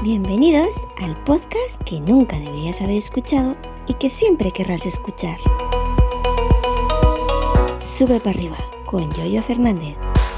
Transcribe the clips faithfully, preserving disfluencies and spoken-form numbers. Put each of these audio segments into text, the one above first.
Bienvenidos al podcast que nunca deberías haber escuchado y que siempre querrás escuchar. Sube para arriba con Yoyo Fernández.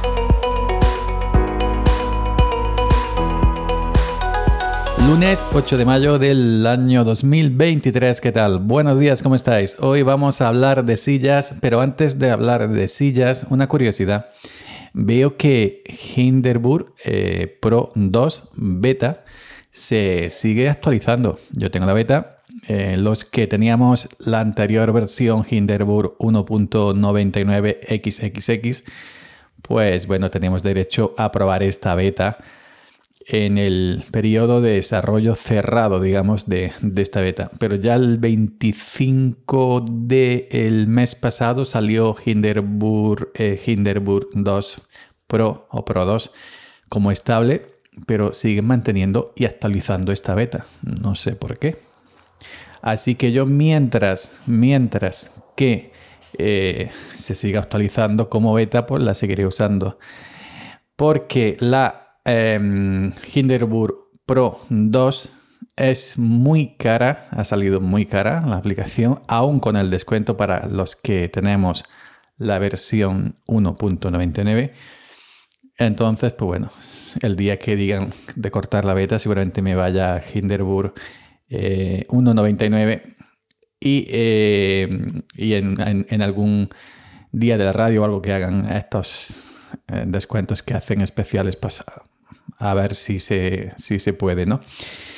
Lunes ocho de mayo del año dos mil veintitrés, ¿qué tal? Buenos días, ¿cómo estáis? Hoy vamos a hablar de sillas, pero antes de hablar de sillas, una curiosidad. Veo que Hindenburg eh, Pro dos Beta se sigue actualizando. Yo tengo la beta. Eh, los que teníamos la anterior versión Hindenburg uno punto noventa y nueve equis equis equis, pues bueno, tenemos derecho a probar esta beta en el periodo de desarrollo cerrado, digamos, de, de esta beta. Pero ya el veinticinco del mes pasado salió Hindenburg, eh, Hindenburg dos Pro o Pro dos como estable, pero siguen manteniendo y actualizando esta beta. No sé por qué. Así que yo mientras, mientras que eh, se siga actualizando como beta, pues la seguiré usando. Porque la eh, Hindenburg Pro dos es muy cara, ha salido muy cara la aplicación, aún con el descuento para los que tenemos la versión uno punto noventa y nueve. Entonces, pues bueno, el día que digan de cortar la beta, seguramente me vaya a Hindenburg eh, uno punto noventa y nueve y, eh, y en, en, en algún día de la radio o algo que hagan estos eh, descuentos que hacen especiales, pues a, a ver si se, si se puede, ¿no?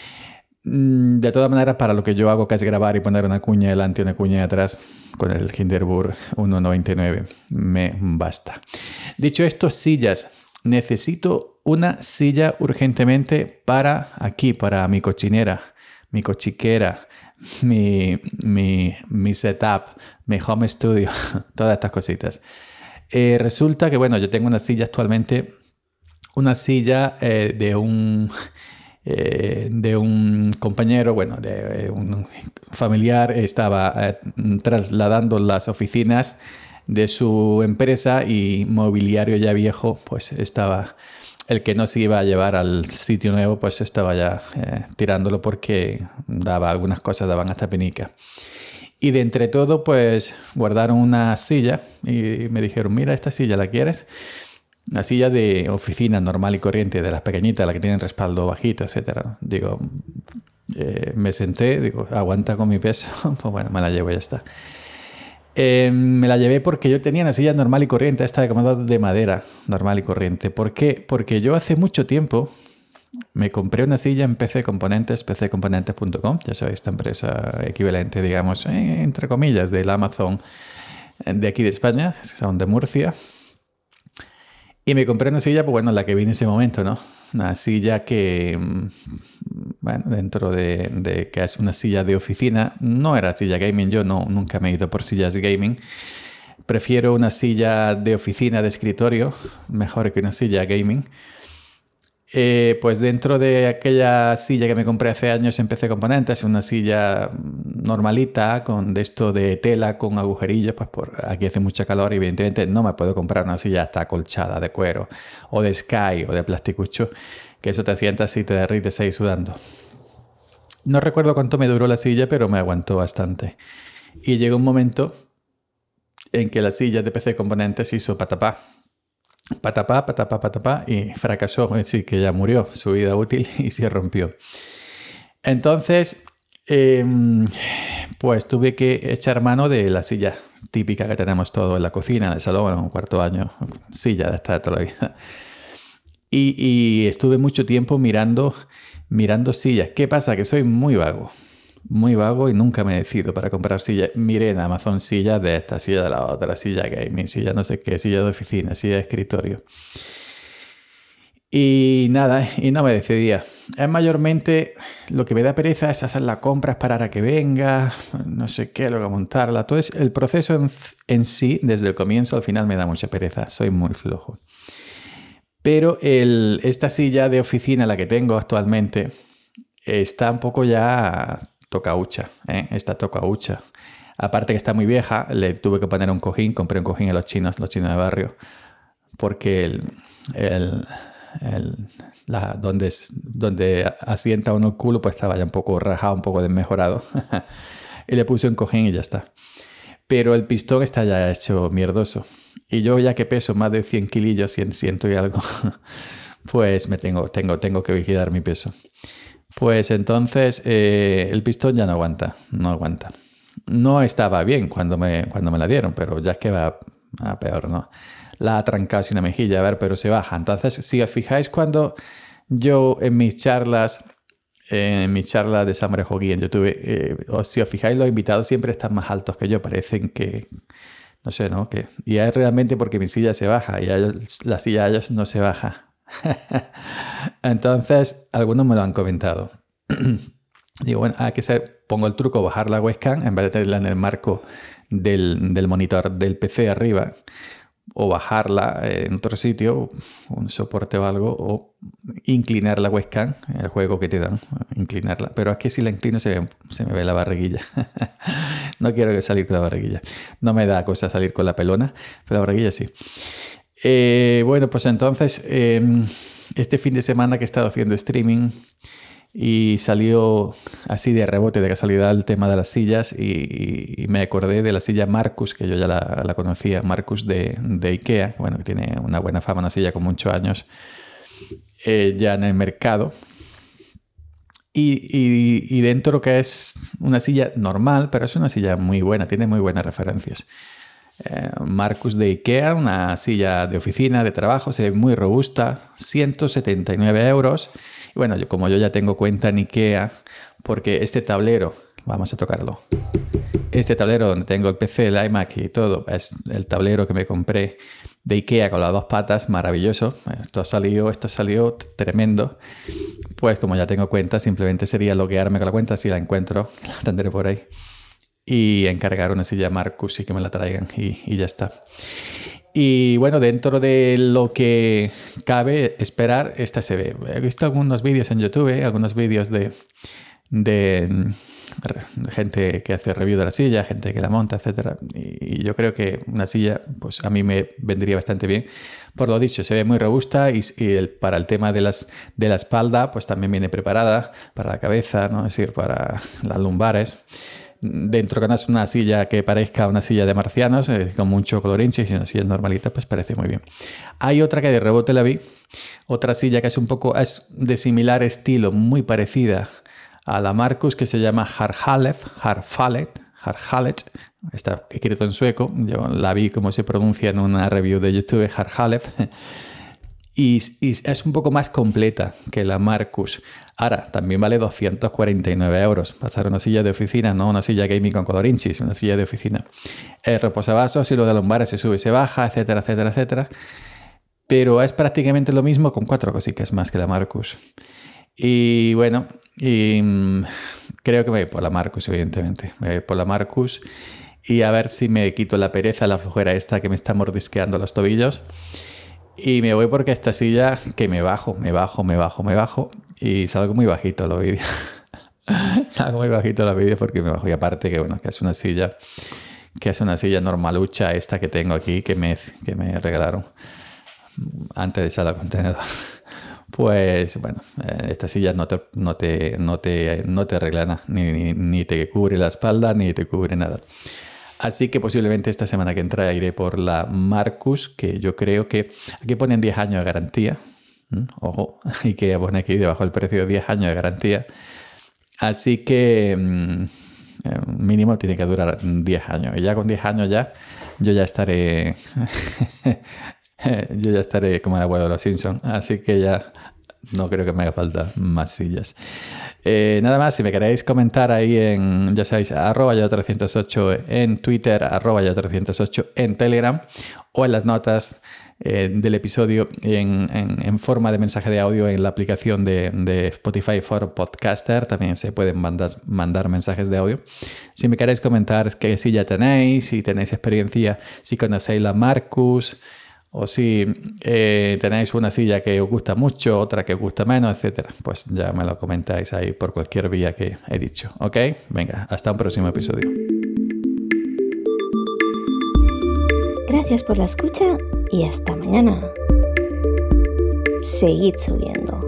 De todas maneras, para lo que yo hago, que es grabar y poner una cuña delante y una cuña atrás, con el Hindenburg uno punto noventa y nueve me basta. Dicho esto, sillas. Necesito una silla urgentemente para aquí, para mi cochinera, mi cochiquera, mi, mi, mi setup, mi home studio, todas estas cositas. Eh, resulta que, bueno, yo tengo una silla actualmente, una silla eh, de un... Eh, de un compañero, bueno, de eh, un familiar, estaba eh, trasladando las oficinas de su empresa y mobiliario ya viejo, pues estaba, el que no se iba a llevar al sitio nuevo, pues estaba ya eh, tirándolo porque daba algunas cosas, daban hasta penica. Y de entre todo, pues guardaron una silla y me dijeron, mira, esta silla, ¿la quieres? Una silla de oficina normal y corriente, de las pequeñitas, las que tienen respaldo bajito, etcétera. Digo, eh, me senté, digo, aguanta con mi peso, pues bueno, me la llevo y ya está. Eh, me la llevé porque yo tenía una silla normal y corriente, esta de comodoro de madera, normal y corriente. ¿Por qué? Porque yo hace mucho tiempo me compré una silla en P C Componentes, p c componentes punto com, ya sabéis, esta empresa equivalente, digamos, eh, entre comillas, del Amazon de aquí de España, que son de Murcia. Y me compré una silla, pues bueno, la que vi en ese momento, ¿no? Una silla que, bueno, dentro de, de que es una silla de oficina, no era silla gaming, yo no, nunca me he ido por sillas gaming. Prefiero una silla de oficina, de escritorio, mejor que una silla gaming. Eh, pues dentro de aquella silla que me compré hace años en P C Componentes, una silla normalita, con de esto de tela, con agujerillos, pues por aquí hace mucha calor y evidentemente no me puedo comprar una silla hasta acolchada de cuero o de Sky o de plasticucho, que eso te sientas y te derrites ahí sudando. No recuerdo cuánto me duró la silla, pero me aguantó bastante. Y llegó un momento en que la silla de P C Componentes hizo patapá. Patapá, patapá, patapá, y fracasó, es decir, que ya murió su vida útil y se rompió. Entonces, eh, pues tuve que echar mano de la silla típica que tenemos todo en la cocina, en el salón, en un cuarto año, silla de esta de toda la vida. Y, y estuve mucho tiempo mirando, mirando sillas. ¿Qué pasa? Que soy muy vago. Muy vago y nunca me decido para comprar silla. Miré en Amazon sillas de esta, silla de la otra, silla gaming, silla no sé qué, silla de oficina, silla de escritorio. Y nada, y no me decidía. Es mayormente lo que me da pereza es hacer la compra, esperar a que venga, no sé qué, luego montarla. Todo es, el proceso en, en sí, desde el comienzo al final me da mucha pereza. Soy muy flojo. Pero el, esta silla de oficina, la que tengo actualmente, está un poco ya... tocaucha, ¿eh? Esta tocaucha. Aparte que está muy vieja, le tuve que poner un cojín, compré un cojín a los chinos, los chinos de barrio, porque el, el, el, la, donde, donde asienta uno el culo, pues estaba ya un poco rajado, un poco desmejorado. Y le puse un cojín y ya está. Pero el pistón está ya hecho mierdoso. Y yo, ya que peso más de cien kilillos, cien, ciento y algo, pues me tengo, tengo, tengo que vigilar mi peso. Pues entonces eh, el pistón ya no aguanta, no aguanta. No estaba bien cuando me, cuando me la dieron, pero ya es que va a peor, ¿no? La ha trancado sin una mejilla, a ver, pero se baja. Entonces, si os fijáis, cuando yo en mis charlas... En mi charla de Samurai Hogi en YouTube, eh, o si os fijáis, los invitados siempre están más altos que yo. Parecen que, no sé, ¿no? Que, y es realmente porque mi silla se baja y a ellos, la silla de ellos no se baja. Entonces, algunos me lo han comentado. Digo, bueno, aquí se pongo el truco, bajar la webcam en vez de tenerla en el marco del, del monitor del P C arriba, o bajarla en otro sitio, un soporte o algo, o inclinar la webcam, el juego que te dan, inclinarla. Pero es que si la inclino se, ve, se me ve la barriguilla. No quiero salir con la barriguilla. No me da cosa salir con la pelona, pero la barriguilla sí. Eh, bueno, pues entonces, eh, este fin de semana que he estado haciendo streaming y salió así de rebote, de casualidad, el tema de las sillas y, y me acordé de la silla Marcus, que yo ya la, la conocía, Marcus de, de Ikea, bueno, que tiene una buena fama, una silla con muchos años eh, ya en el mercado. Y, y, y dentro que es una silla normal, pero es una silla muy buena, tiene muy buenas referencias. Eh, Marcus de Ikea, una silla de oficina, de trabajo, se ve muy robusta, ciento setenta y nueve euros. Y bueno, yo, como yo ya tengo cuenta en Ikea, porque este tablero, vamos a tocarlo, este tablero donde tengo el P C, el iMac y todo, es el tablero que me compré de Ikea con las dos patas, maravilloso. Esto salió, esto salió tremendo. Pues como ya tengo cuenta, simplemente sería loguearme con la cuenta, si la encuentro, la tendré por ahí, y encargar una silla Marcus y que me la traigan y, y ya está. Y bueno, dentro de lo que cabe esperar, esta se ve. He visto algunos vídeos en YouTube, ¿eh? algunos vídeos de, de, de gente que hace review de la silla, gente que la monta, etcétera. Y yo creo que una silla, pues a mí me vendría bastante bien. Por lo dicho, se ve muy robusta y, y el, para el tema de, las, de la espalda, pues también viene preparada para la cabeza, ¿no? Es decir, para las lumbares. Dentro que no es una silla que parezca una silla de marcianos, eh, con mucho colorinche, y una silla normalita, pues parece muy bien. Hay otra que de rebote la vi, otra silla que es un poco, es de similar estilo, muy parecida a la Marcus, que se llama Harhalef, Harfalet, Harhalet, está escrito en sueco, yo la vi como se pronuncia en una review de YouTube, Harhalef, y, y es un poco más completa que la Marcus. Ahora, también vale doscientos cuarenta y nueve euros. Pasar una silla de oficina, no una silla gaming con colorinchis, una silla de oficina. El reposavasos y lo de lumbares se sube y se baja, etcétera, etcétera, etcétera. Pero es prácticamente lo mismo con cuatro cositas más que la Marcus. Y bueno, y, mmm, creo que me voy por la Marcus, evidentemente. Me voy por la Marcus y a ver si me quito la pereza, la flojera esta que me está mordisqueando los tobillos. Y me voy porque esta silla que me bajo, me bajo, me bajo, me bajo y salgo muy bajito en los vídeos. Salgo muy bajito en los vídeos porque me bajo. Y aparte que bueno, que es una silla, que es una silla normalucha esta que tengo aquí, que me, que me regalaron antes de echar al contenedor. Pues bueno, esta silla no te, no te, no te, no te arregla nada, ni, ni, ni te cubre la espalda, ni te cubre nada. Así que posiblemente esta semana que entra iré por la Marcus, que yo creo que aquí ponen diez años de garantía. ¿Mm? Ojo, y que pone aquí debajo el precio de diez años de garantía. Así que mmm, mínimo tiene que durar diez años. Y ya con diez años ya, yo ya estaré... yo ya estaré como el abuelo de los Simpsons. Así que ya no creo que me haga falta más sillas. Eh, nada más, si me queréis comentar ahí en, ya sabéis, arroba yo trescientos ocho en Twitter, arroba yo trescientos ocho en Telegram o en las notas eh, del episodio en, en, en forma de mensaje de audio en la aplicación de, de Spotify for Podcaster. También se pueden mandar, mandar mensajes de audio. Si me queréis comentar qué silla tenéis, si tenéis experiencia, si conocéis la Marcus, o si eh, tenéis una silla que os gusta mucho, otra que os gusta menos, etcétera, pues ya me lo comentáis ahí por cualquier vía que he dicho. ¿Ok? Venga, hasta un próximo episodio. Gracias por la escucha y hasta mañana. seguid subiendo.